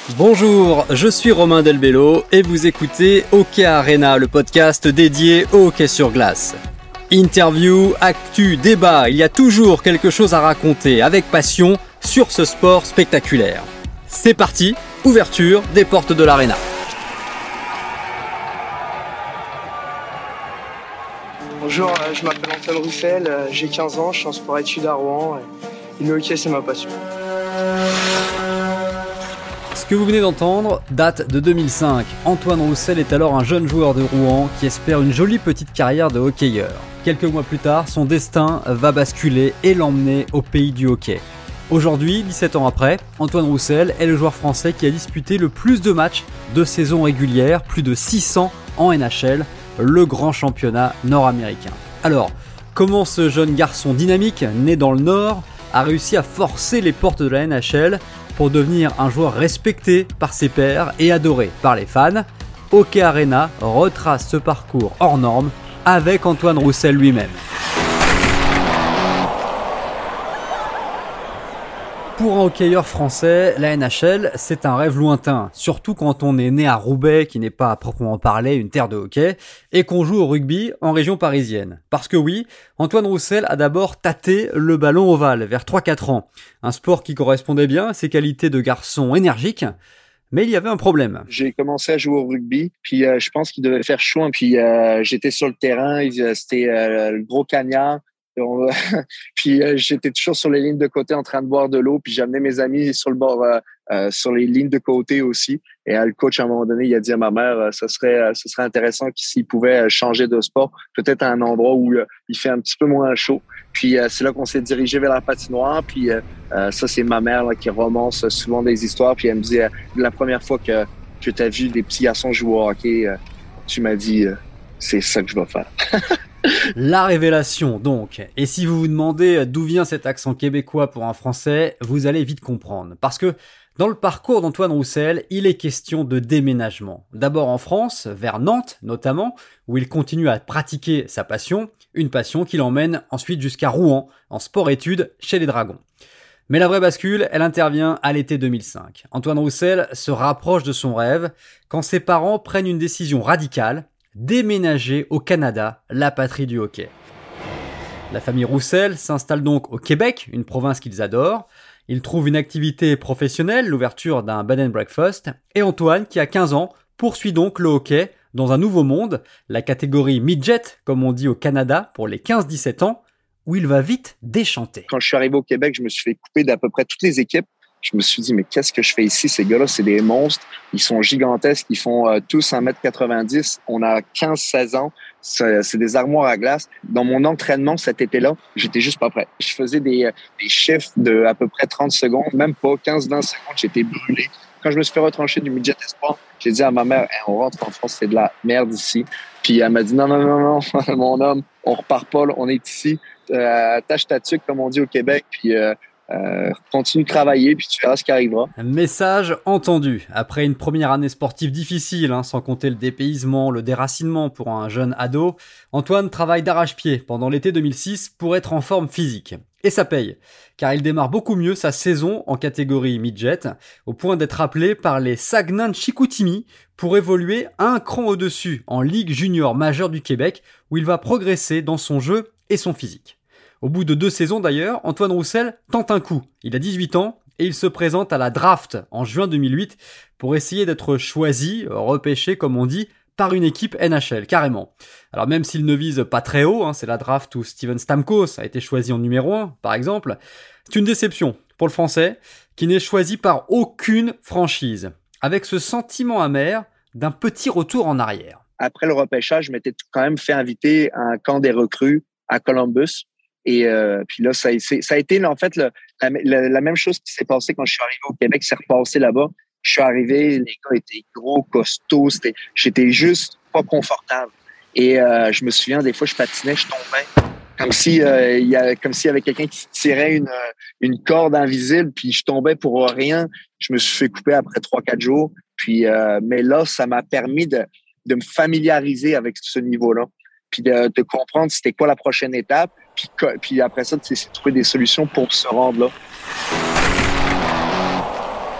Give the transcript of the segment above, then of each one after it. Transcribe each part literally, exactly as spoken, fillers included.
Bonjour, je suis Romain Delbello et vous écoutez Hockey Arena, le podcast dédié au hockey sur glace. Interview, actu, débat, il y a toujours quelque chose à raconter avec passion sur ce sport spectaculaire. C'est parti, ouverture des portes de l'Arena. Bonjour, je m'appelle Antoine Roussel, j'ai quinze ans, je suis en sport-études à Rouen et le hockey c'est ma passion. Ce que vous venez d'entendre date de deux mille cinq. Antoine Roussel est alors un jeune joueur de Rouen qui espère une jolie petite carrière de hockeyeur. Quelques mois plus tard, son destin va basculer et l'emmener au pays du hockey. Aujourd'hui, dix-sept ans après, Antoine Roussel est le joueur français qui a disputé le plus de matchs de saison régulière, plus de six cents en N H L, le grand championnat nord-américain. Alors, comment ce jeune garçon dynamique, né dans le Nord, a réussi à forcer les portes de la N H L pour devenir un joueur respecté par ses pairs et adoré par les fans? Hockey Arena retrace ce parcours hors norme avec Antoine Roussel lui-même. Pour un hockeyeur français, la N H L, c'est un rêve lointain, surtout quand on est né à Roubaix, qui n'est pas à proprement parler une terre de hockey, et qu'on joue au rugby en région parisienne. Parce que oui, Antoine Roussel a d'abord tâté le ballon ovale vers trois quatre ans, un sport qui correspondait bien à ses qualités de garçon énergique, mais il y avait un problème. J'ai commencé à jouer au rugby, puis euh, je pense qu'il devait faire chaud, puis euh, j'étais sur le terrain, c'était euh, le gros cagnard. On, puis euh, j'étais toujours sur les lignes de côté en train de boire de l'eau, puis j'amenais mes amis sur le bord, euh, euh, sur les lignes de côté aussi. Et euh, le coach, à un moment donné, il a dit à ma mère, euh, ce serait, euh, ce serait intéressant s'il pouvait changer de sport, peut-être à un endroit où euh, il fait un petit peu moins chaud. Puis euh, c'est là qu'on s'est dirigé vers la patinoire. Puis euh, euh, ça, c'est ma mère là, qui romance souvent des histoires. Puis elle me dit, euh, la première fois que que tu as vu des petits garçons jouer au hockey, euh, tu m'as dit, euh, c'est ça que je vais faire. La révélation donc, et si vous vous demandez d'où vient cet accent québécois pour un Français, vous allez vite comprendre, parce que dans le parcours d'Antoine Roussel, il est question de déménagement. D'abord en France, vers Nantes notamment, où il continue à pratiquer sa passion, une passion qui l'emmène ensuite jusqu'à Rouen, en sport-études chez les Dragons. Mais la vraie bascule, elle intervient à l'été deux mille cinq. Antoine Roussel se rapproche de son rêve quand ses parents prennent une décision radicale, déménager au Canada, la patrie du hockey. La famille Roussel s'installe donc au Québec, une province qu'ils adorent. Ils trouvent une activité professionnelle, l'ouverture d'un bed and breakfast, et Antoine, qui a quinze ans, poursuit donc le hockey dans un nouveau monde, la catégorie midget, comme on dit au Canada, pour les quinze dix-sept ans, où il va vite déchanter. Quand je suis arrivé au Québec, je me suis fait couper d'à peu près toutes les équipes. Je me suis dit, mais qu'est-ce que je fais ici? Ces gars-là, c'est des monstres. Ils sont gigantesques. Ils font euh, tous un mètre quatre-vingt-dix. On a quinze seize ans. C'est, c'est des armoires à glace. Dans mon entraînement cet été-là, j'étais juste pas prêt. Je faisais des, des chiffres de à peu près trente secondes, même pas quinze vingt secondes. J'étais brûlé. Quand je me suis fait retrancher du midget espoir, j'ai dit à ma mère, hey, on rentre en France, c'est de la merde ici. Puis elle m'a dit, non, non, non, non, mon homme, on repart pas, là, on est ici. Euh, attache ta tuque, comme on dit au Québec, puis... Euh, Euh, continue de travailler puis tu verras ce qui arrivera. Message entendu. Après une première année sportive difficile, hein, sans compter le dépaysement, le déracinement pour un jeune ado, Antoine travaille d'arrache-pied pendant l'été deux mille six pour être en forme physique. Et ça paye, car il démarre beaucoup mieux sa saison en catégorie midget, au point d'être appelé par les Saguenay de Chicoutimi pour évoluer un cran au-dessus en Ligue junior majeure du Québec, où il va progresser dans son jeu et son physique. Au bout de deux saisons d'ailleurs, Antoine Roussel tente un coup. Il a dix-huit ans et il se présente à la draft en juin deux mille huit pour essayer d'être choisi, repêché comme on dit, par une équipe N H L, carrément. Alors même s'il ne vise pas très haut, hein, c'est la draft où Steven Stamkos a été choisi en numéro un, par exemple, c'est une déception pour le Français qui n'est choisi par aucune franchise, avec ce sentiment amer d'un petit retour en arrière. Après le repêchage, je m'étais quand même fait inviter à un camp des recrues à Columbus. Et euh, puis là, ça, ça a été en fait le, la, la, la même chose qui s'est passée quand je suis arrivé au Québec, c'est repassé là-bas. Je suis arrivé, les gars étaient gros, costauds, c'était, j'étais juste pas confortable. Et euh, je me souviens, des fois, je patinais, je tombais, comme si euh, il y a, comme s'il y avait quelqu'un qui tirait une une corde invisible, puis je tombais pour rien. Je me suis fait couper après trois quatre jours. Puis, euh, mais là, ça m'a permis de de me familiariser avec ce niveau-là, puis de, de comprendre c'était quoi la prochaine étape. Puis, puis après ça, c'est trouver des solutions pour se rendre là.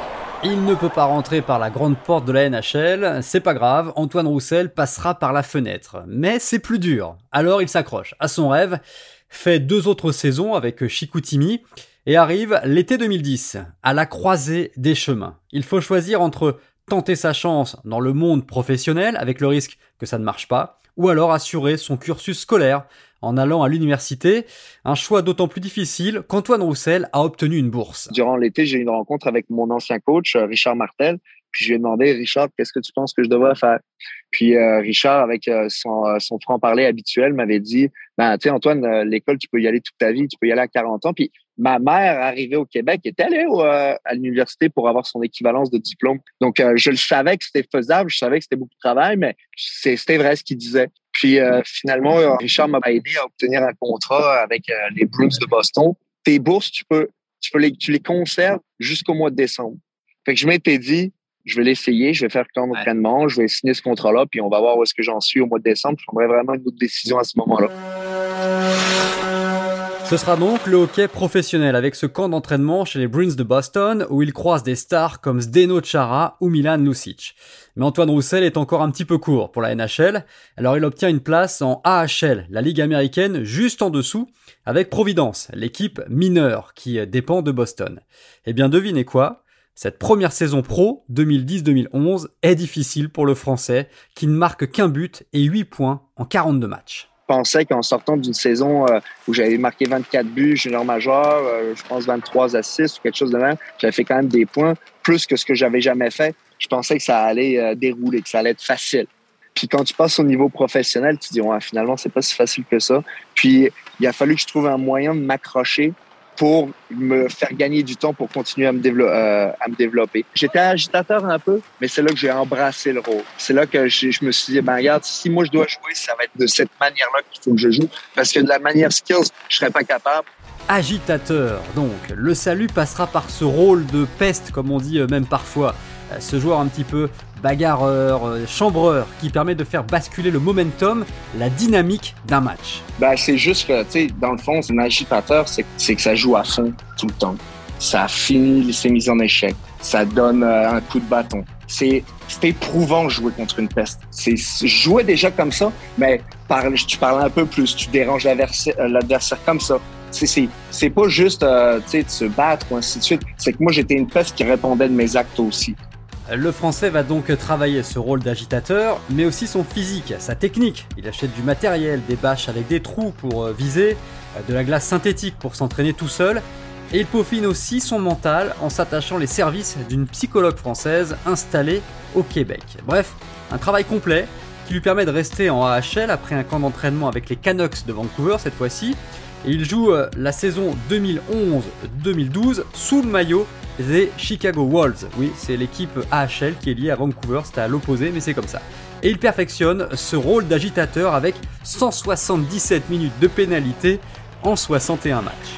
Il ne peut pas rentrer par la grande porte de la N H L, c'est pas grave, Antoine Roussel passera par la fenêtre. Mais c'est plus dur. Alors il s'accroche à son rêve, fait deux autres saisons avec Chicoutimi, et arrive l'été deux mille dix, à la croisée des chemins. Il faut choisir entre tenter sa chance dans le monde professionnel, avec le risque que ça ne marche pas, ou alors assurer son cursus scolaire en allant à l'université, un choix d'autant plus difficile qu'Antoine Roussel a obtenu une bourse. Durant l'été, j'ai eu une rencontre avec mon ancien coach, Richard Martel, puis je lui ai demandé, Richard, qu'est-ce que tu penses que je devrais faire? Puis euh, Richard, avec euh, son, euh, son franc-parler habituel, m'avait dit, ben, tu sais, Antoine, euh, l'école, tu peux y aller toute ta vie, tu peux y aller à quarante ans. Puis ma mère, arrivée au Québec, était allée au, euh, à l'université pour avoir son équivalence de diplôme. Donc, euh, je le savais que c'était faisable, je savais que c'était beaucoup de travail, mais c'est, c'était vrai ce qu'il disait. Puis euh, finalement, euh, Richard m'a aidé à obtenir un contrat avec euh, les Bruins de Boston. Tes bourses, tu peux, tu peux les, tu les conserves jusqu'au mois de décembre. Fait que je m'étais dit, je vais l'essayer, je vais faire le camp d'entraînement, je vais signer ce contrat-là, puis on va voir où est-ce que j'en suis au mois de décembre. Je prendrai vraiment une autre décision à ce moment-là. Ce sera donc le hockey professionnel avec ce camp d'entraînement chez les Bruins de Boston où il croise des stars comme Zdeno Chara ou Milan Lucic. Mais Antoine Roussel est encore un petit peu court pour la N H L, alors il obtient une place en A H L, la ligue américaine juste en dessous, avec Providence, l'équipe mineure qui dépend de Boston. Eh bien devinez quoi ? Cette première saison pro, deux mille dix deux mille onze, est difficile pour le Français, qui ne marque qu'un but et huit points en quarante-deux matchs. Je pensais qu'en sortant d'une saison euh, où j'avais marqué vingt-quatre buts junior majeur, euh, je pense vingt-trois assists ou quelque chose de même, j'avais fait quand même des points, plus que ce que j'avais jamais fait. Je pensais que ça allait euh, dérouler, que ça allait être facile. Puis quand tu passes au niveau professionnel, tu te dis, ouais, finalement, c'est pas si facile que ça. Puis il a fallu que je trouve un moyen de m'accrocher pour me faire gagner du temps pour continuer à me, dévelop- euh, à me développer. J'étais agitateur un peu, mais c'est là que j'ai embrassé le rôle. C'est là que je, je me suis dit, ben regarde, si moi je dois jouer, ça va être de cette manière-là qu'il faut que je joue, parce que de la manière skills, je serais pas capable. Agitateur, donc. Le salut passera par ce rôle de peste, comme on dit même parfois. Ce joueur un petit peu bagarreur, chambreur, qui permet de faire basculer le momentum, la dynamique d'un match. Ben, c'est juste que, tu sais, dans le fond, un agitateur, c'est, c'est que ça joue à fond tout le temps. Ça finit ses mises en échec. Ça donne euh, un coup de bâton. C'est, c'est éprouvant de jouer contre une peste. C'est, je jouais déjà comme ça, mais parle, tu parles un peu plus, tu déranges l'adversaire, l'adversaire comme ça. C'est, c'est, c'est pas juste euh, tu sais, de se battre ou ainsi de suite. C'est que moi, j'étais une peste qui répondait de mes actes aussi. Le Français va donc travailler ce rôle d'agitateur, mais aussi son physique, sa technique. Il achète du matériel, des bâches avec des trous pour viser, de la glace synthétique pour s'entraîner tout seul, et il peaufine aussi son mental en s'attachant les services d'une psychologue française installée au Québec. Bref, un travail complet qui lui permet de rester en A H L après un camp d'entraînement avec les Canucks de Vancouver cette fois-ci, et il joue la saison deux mille onze deux mille douze sous le maillot des Chicago Wolves. Oui, c'est l'équipe A H L qui est liée à Vancouver, c'était à l'opposé, mais c'est comme ça. Et il perfectionne ce rôle d'agitateur avec cent soixante-dix-sept minutes de pénalité en soixante et un matchs.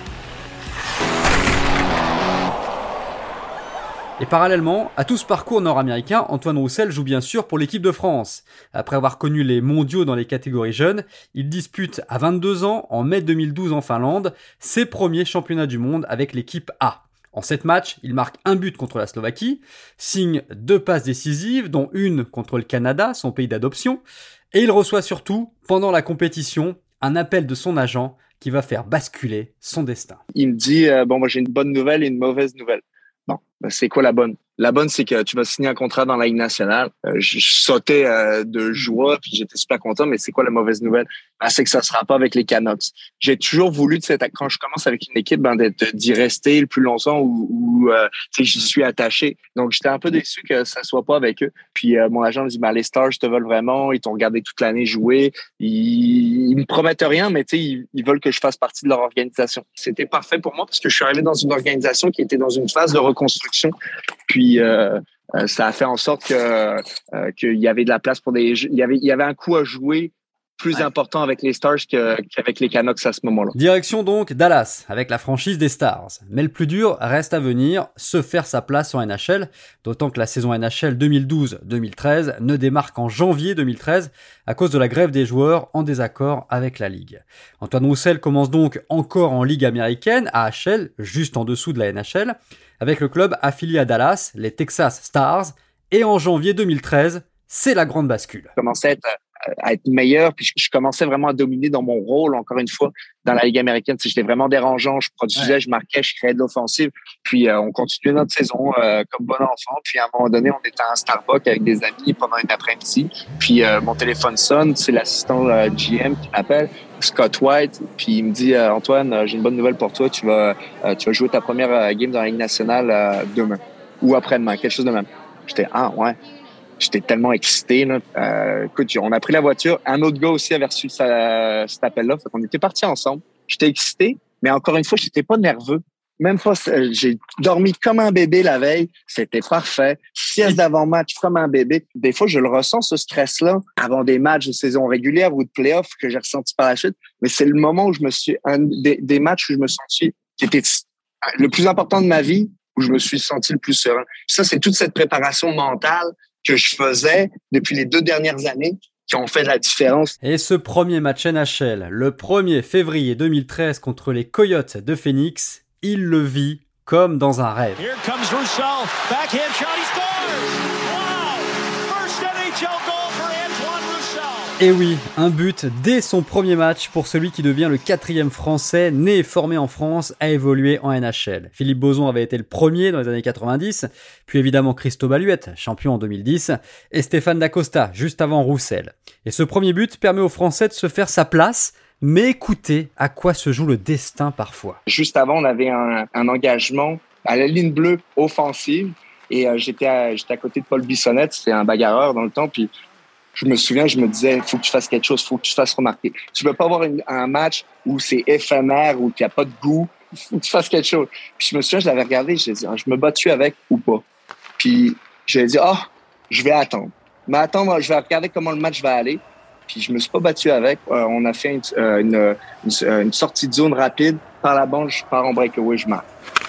Et parallèlement à tout ce parcours nord-américain, Antoine Roussel joue bien sûr pour l'équipe de France. Après avoir connu les mondiaux dans les catégories jeunes, il dispute à vingt-deux ans, en mai deux mille douze en Finlande, ses premiers championnats du monde avec l'équipe A. En sept matchs, il marque un but contre la Slovaquie, signe deux passes décisives, dont une contre le Canada, son pays d'adoption, et il reçoit surtout, pendant la compétition, un appel de son agent qui va faire basculer son destin. Il me dit, euh, bon, moi j'ai une bonne nouvelle et une mauvaise nouvelle. Bon, ben, c'est quoi la bonne? La bonne, c'est que tu vas signer un contrat dans la Ligue nationale. Euh, je, je sautais euh, de joie, puis j'étais super content, mais c'est quoi la mauvaise nouvelle? Ben, c'est que ça sera pas avec les Canucks. J'ai toujours voulu, quand je commence avec une équipe, ben, d'être, d'y rester le plus longtemps ou, ou euh, j'y suis attaché. Donc, j'étais un peu déçu que ça soit pas avec eux. Puis euh, mon agent me dit, ben, les Stars te veulent vraiment, ils t'ont regardé toute l'année jouer. Ils, ils me promettent rien, mais ils, ils veulent que je fasse partie de leur organisation. C'était parfait pour moi parce que je suis arrivé dans une organisation qui était dans une phase de reconstruction. Puis euh, euh, ça a fait en sorte que euh, qu'il y avait de la place pour des il y avait il y avait un coup à jouer plus ouais. important avec les Stars que, qu'avec les Canucks à ce moment-là. Direction donc Dallas, avec la franchise des Stars. Mais le plus dur reste à venir, se faire sa place en N H L, d'autant que la saison N H L deux mille douze deux mille treize ne démarre qu'en janvier deux mille treize à cause de la grève des joueurs en désaccord avec la Ligue. Antoine Roussel commence donc encore en Ligue américaine, A H L, juste en dessous de la N H L, avec le club affilié à Dallas, les Texas Stars, et en janvier deux mille treize, c'est la grande bascule. Je commençais à être, à être meilleur, puis je commençais vraiment à dominer dans mon rôle, encore une fois, dans la Ligue américaine. Tu sais, j'étais vraiment dérangeant, je produisais, ouais. je marquais, je créais de l'offensive. Puis euh, on continuait notre saison euh, comme bon enfant. Puis à un moment donné, on était en Starbucks avec des amis pendant une après-midi. Puis euh, mon téléphone sonne, c'est l'assistant euh, G M qui m'appelle, Scott White. Puis il me dit euh, Antoine, euh, j'ai une bonne nouvelle pour toi. Tu vas, euh, tu vas jouer ta première euh, game dans la Ligue nationale euh, demain ou après-demain, quelque chose de même. J'étais ah ouais. J'étais tellement excité. Là. Euh, écoute, on a pris la voiture. Un autre gars aussi avait reçu sa, cet appel-là. Fait qu'on était partis ensemble. J'étais excité, mais encore une fois, j'étais pas nerveux. Même pas. J'ai dormi comme un bébé la veille. C'était parfait. Sieste d'avant-match comme un bébé. Des fois, je le ressens, ce stress-là, avant des matchs de saison régulière ou de play-off que j'ai ressenti par la suite. Mais c'est le moment où je me suis... Un des, des matchs où je me senti... qui était le plus important de ma vie, où je me suis senti le plus serein. Ça, c'est toute cette préparation mentale que je faisais depuis les deux dernières années qui ont fait la différence. Et ce premier match N H L, le premier février deux mille treize contre les Coyotes de Phoenix, il le vit comme dans un rêve. Here comes Roussel, backhand shot, he scores! Wow! First N H L goal for Antoine Roussel! Et oui, un but dès son premier match pour celui qui devient le quatrième Français né et formé en France à évoluer en N H L. Philippe Bozon avait été le premier dans les années quatre-vingt-dix, puis évidemment Christo Baluette, champion en deux mille dix, et Stéphane Dacosta, juste avant Roussel. Et ce premier but permet aux Français de se faire sa place, mais écoutez à quoi se joue le destin parfois. Juste avant, on avait un, un engagement à la ligne bleue offensive, et euh, j'étais, à, j'étais à côté de Paul Bissonnette, c'était un bagarreur dans le temps, puis je me souviens, je me disais, il faut que tu fasses quelque chose, il faut que tu te fasses remarquer. Tu ne peux pas avoir une, un match où c'est éphémère, où il n'y a pas de goût. Il faut que tu fasses quelque chose. Puis je me souviens, je l'avais regardé, je dit, je me bats-tu avec ou pas? Puis j'ai dit, ah, oh, je vais attendre. Mais attendre, je vais regarder comment le match va aller. Puis je me suis pas battu avec. Euh, on a fait une, une, une, une sortie de zone rapide. Par la bande, je pars en breakaway, je marque.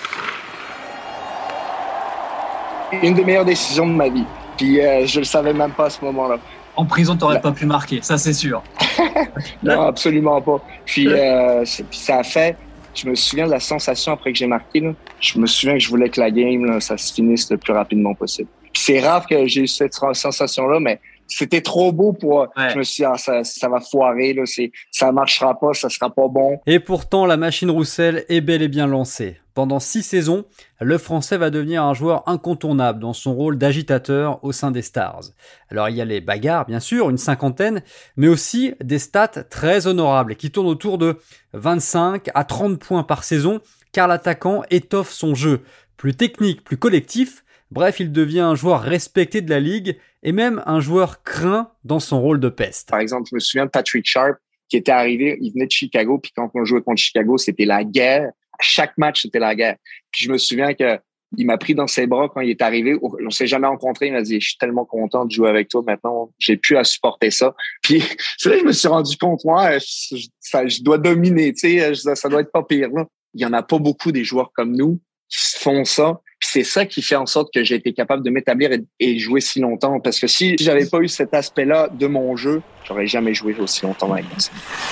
Une des meilleures décisions de ma vie. Puis euh, je le savais même pas à ce moment-là. En prison, tu n'aurais pas pu marquer, ça c'est sûr. Non, absolument pas. Puis, euh, puis ça a fait, je me souviens de la sensation après que j'ai marqué. Là, je me souviens que je voulais que la game, là, ça se finisse le plus rapidement possible. Puis c'est rare que j'ai eu cette sensation-là, mais c'était trop beau pour... Ouais. Je me suis dit, ah, ça, ça va foirer, là, c'est, ça marchera pas, ça sera pas bon. Et pourtant, la machine Roussel est bel et bien lancée. Pendant six saisons, le Français va devenir un joueur incontournable dans son rôle d'agitateur au sein des Stars. Alors il y a les bagarres, bien sûr, une cinquantaine, mais aussi des stats très honorables qui tournent autour de vingt-cinq à trente points par saison, car l'attaquant étoffe son jeu. Plus technique, plus collectif, bref, il devient un joueur respecté de la Ligue et même un joueur craint dans son rôle de peste. Par exemple, je me souviens de Patrick Sharp qui était arrivé, il venait de Chicago, puis quand on jouait contre Chicago, c'était la guerre. Chaque match, c'était la guerre. Puis je me souviens que il m'a pris dans ses bras quand il est arrivé. On s'est jamais rencontrés. Il m'a dit, je suis tellement content de jouer avec toi. Maintenant, j'ai plus à supporter ça. Puis c'est là que je me suis rendu compte, moi, je, ça, je dois dominer. Tu sais, ça, ça doit être pas pire. Là. Il y en a pas beaucoup des joueurs comme nous qui font ça. Puis c'est ça qui fait en sorte que j'ai été capable de m'établir et, et jouer si longtemps. Parce que si j'avais pas eu cet aspect-là de mon jeu, j'aurais jamais joué aussi longtemps avec ça.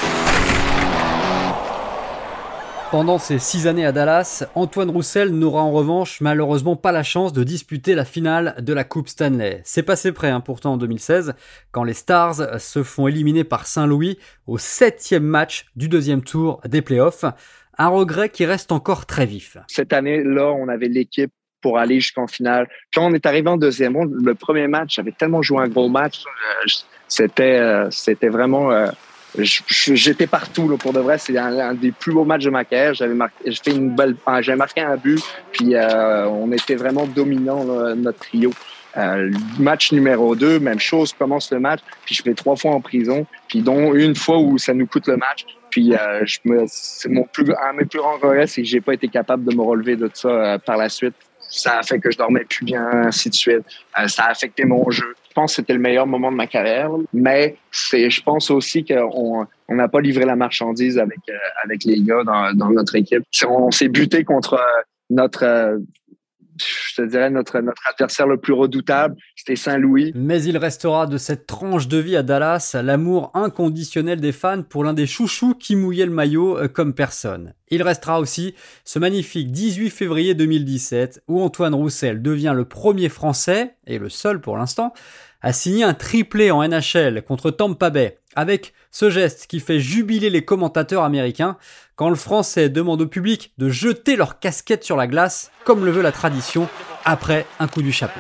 Pendant ces six années à Dallas, Antoine Roussel n'aura en revanche malheureusement pas la chance de disputer la finale de la Coupe Stanley. C'est passé près hein, pourtant en deux mille seize, quand les Stars se font éliminer par Saint-Louis au septième match du deuxième tour des playoffs. Un regret qui reste encore très vif. Cette année-là, on avait l'équipe pour aller jusqu'en finale. Quand on est arrivé en deuxième ronde, le premier match, j'avais tellement joué un gros match, c'était, c'était vraiment... J'étais partout là, pour de vrai, c'est un, un des plus beaux matchs de ma carrière. J'avais marqué, j'ai fait une belle, j'avais marqué un but, puis euh, on était vraiment dominant là, notre trio. Euh, match numéro deux, même chose, commence le match, puis je fais trois fois en prison, puis dont une fois où ça nous coûte le match. Puis euh, je me, c'est mon plus, un de mes plus grands regrets, c'est que j'ai pas été capable de me relever de ça euh, par la suite. ça a fait que je dormais plus bien, ainsi de suite. Euh, ça a affecté mon jeu. Je pense que c'était le meilleur moment de ma carrière, mais c'est, je pense aussi qu'on on n'a pas livré la marchandise avec euh, avec les gars dans, dans notre équipe. On, on s'est buté contre euh, notre euh, je te dirais notre notre adversaire le plus redoutable, c'était Saint-Louis. Mais il restera de cette tranche de vie à Dallas l'amour inconditionnel des fans pour l'un des chouchous qui mouillait le maillot comme personne. Il restera aussi ce magnifique dix-huit février deux mille dix-sept où Antoine Roussel devient le premier Français, et le seul pour l'instant, à signer un triplé en N H L contre Tampa Bay, avec ce geste qui fait jubiler les commentateurs américains quand le Français demande au public de jeter leur casquette sur la glace, comme le veut la tradition, après un coup du chapeau.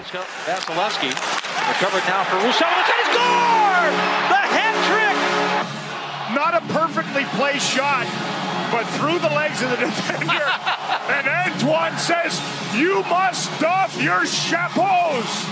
Not a perfectly placed shot, but through the legs of the defender. And Antoine says, "You must doff your chapeaus."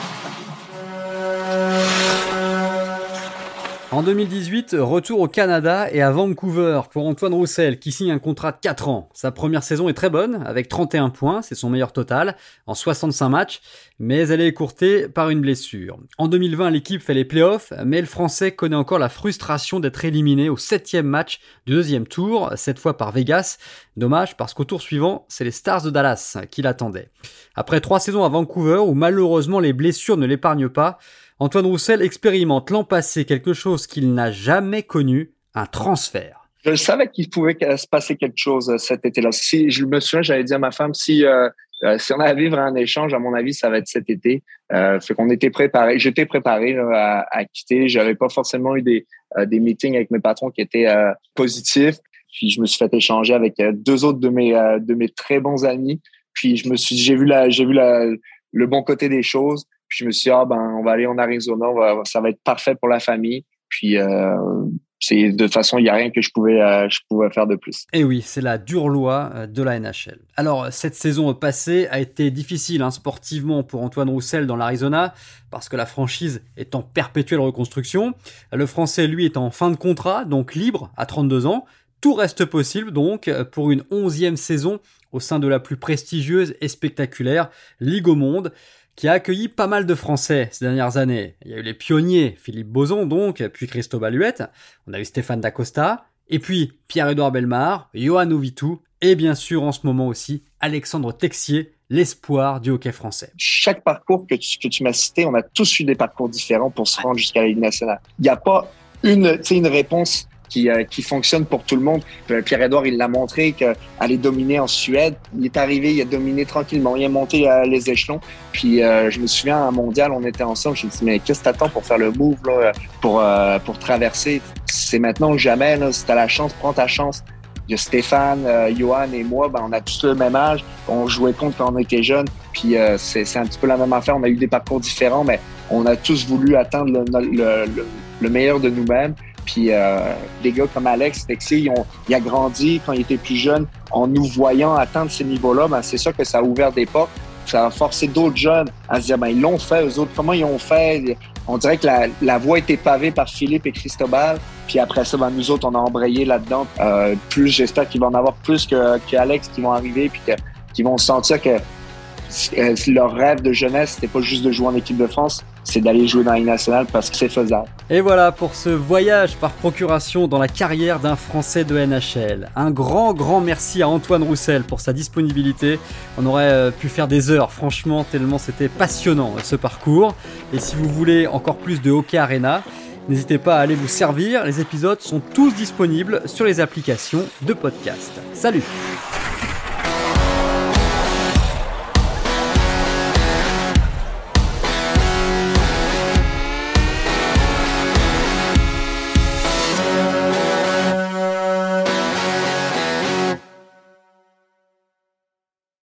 En deux mille dix-huit, retour au Canada et à Vancouver pour Antoine Roussel qui signe un contrat de quatre ans. Sa première saison est très bonne, avec trente et un points, c'est son meilleur total, en soixante-cinq matchs, mais elle est écourtée par une blessure. En deux mille vingt, l'équipe fait les playoffs, mais le Français connaît encore la frustration d'être éliminé au septième match du deuxième tour, cette fois par Vegas. Dommage parce qu'au tour suivant, c'est les Stars de Dallas qui l'attendaient. Après trois saisons à Vancouver où malheureusement les blessures ne l'épargnent pas, Antoine Roussel expérimente l'an passé quelque chose qu'il n'a jamais connu, un transfert. Je savais qu'il pouvait se passer quelque chose cet été-là. Si je me souviens, j'avais dit à ma femme, si euh, euh, si on allait vivre un échange, à mon avis, ça va être cet été. Euh, fait qu'on était préparé. J'étais préparé là, à, à quitter. J'avais pas forcément eu des euh, des meetings avec mes patrons qui étaient euh, positifs. Puis je me suis fait échanger avec euh, deux autres de mes euh, de mes très bons amis. Puis je me suis, j'ai vu la, j'ai vu la, le bon côté des choses. Puis je me suis dit, ah ben, on va aller en Arizona, on va, ça va être parfait pour la famille. Puis euh, c'est de toute façon, il n'y a rien que je pouvais, euh, je pouvais faire de plus. Et oui, c'est la dure loi de la N H L. Alors, cette saison passée a été difficile hein, sportivement pour Antoine Roussel dans l'Arizona, parce que la franchise est en perpétuelle reconstruction. Le Français, lui, est en fin de contrat, donc libre à trente-deux ans. Tout reste possible donc pour une onzième saison au sein de la plus prestigieuse et spectaculaire Ligue au monde, qui a accueilli pas mal de Français ces dernières années. Il y a eu les pionniers, Philippe Bozon donc, puis Cristobal Huet, on a eu Stéphane Dacosta, et puis Pierre-Édouard Bellemare, Yoann Auvitou, et bien sûr en ce moment aussi Alexandre Texier, l'espoir du hockey français. Chaque parcours que tu, que tu m'as cité, on a tous eu des parcours différents pour se rendre jusqu'à la Ligue nationale. Il n'y a pas une, une réponse qui, euh, qui fonctionne pour tout le monde. Pierre-Édouard, il l'a montré qu'aller dominer en Suède, il est arrivé, il a dominé tranquillement, il a monté euh, les échelons. Puis euh, je me souviens, à un mondial, on était ensemble, je me suis dit, mais qu'est-ce que t'attends pour faire le move, là, pour, euh, pour traverser? C'est maintenant ou jamais, là, si t'as la chance, prends ta chance. Il y a Stéphane, euh, Yoann et moi, ben, on a tous le même âge. On jouait contre quand on était jeunes. Puis euh, c'est, c'est un petit peu la même affaire. On a eu des parcours différents, mais on a tous voulu atteindre le, le, le, le meilleur de nous-mêmes. Puis euh, des gars comme Alex Texier, ils ont, il a grandi quand il était plus jeune en nous voyant atteindre ces niveaux-là. Ben, c'est sûr que ça a ouvert des portes. Ça a forcé d'autres jeunes à se dire, ben, ils l'ont fait, eux autres. Comment ils ont fait? On dirait que la, la voie était pavée par Philippe et Cristobal. Puis après ça, ben, nous autres, on a embrayé là-dedans. Euh, plus, j'espère qu'il va en avoir plus que, que Alex qui vont arriver puis que, qui vont sentir que euh, leur rêve de jeunesse, c'était pas juste de jouer en équipe de France, c'est d'aller jouer dans la Ligue nationale parce que c'est faisable. Et voilà pour ce voyage par procuration dans la carrière d'un Français de N H L. Un grand, grand merci à Antoine Roussel pour sa disponibilité. On aurait pu faire des heures, franchement, tellement c'était passionnant ce parcours. Et si vous voulez encore plus de Hockey Arena, n'hésitez pas à aller vous servir. Les épisodes sont tous disponibles sur les applications de podcast. Salut!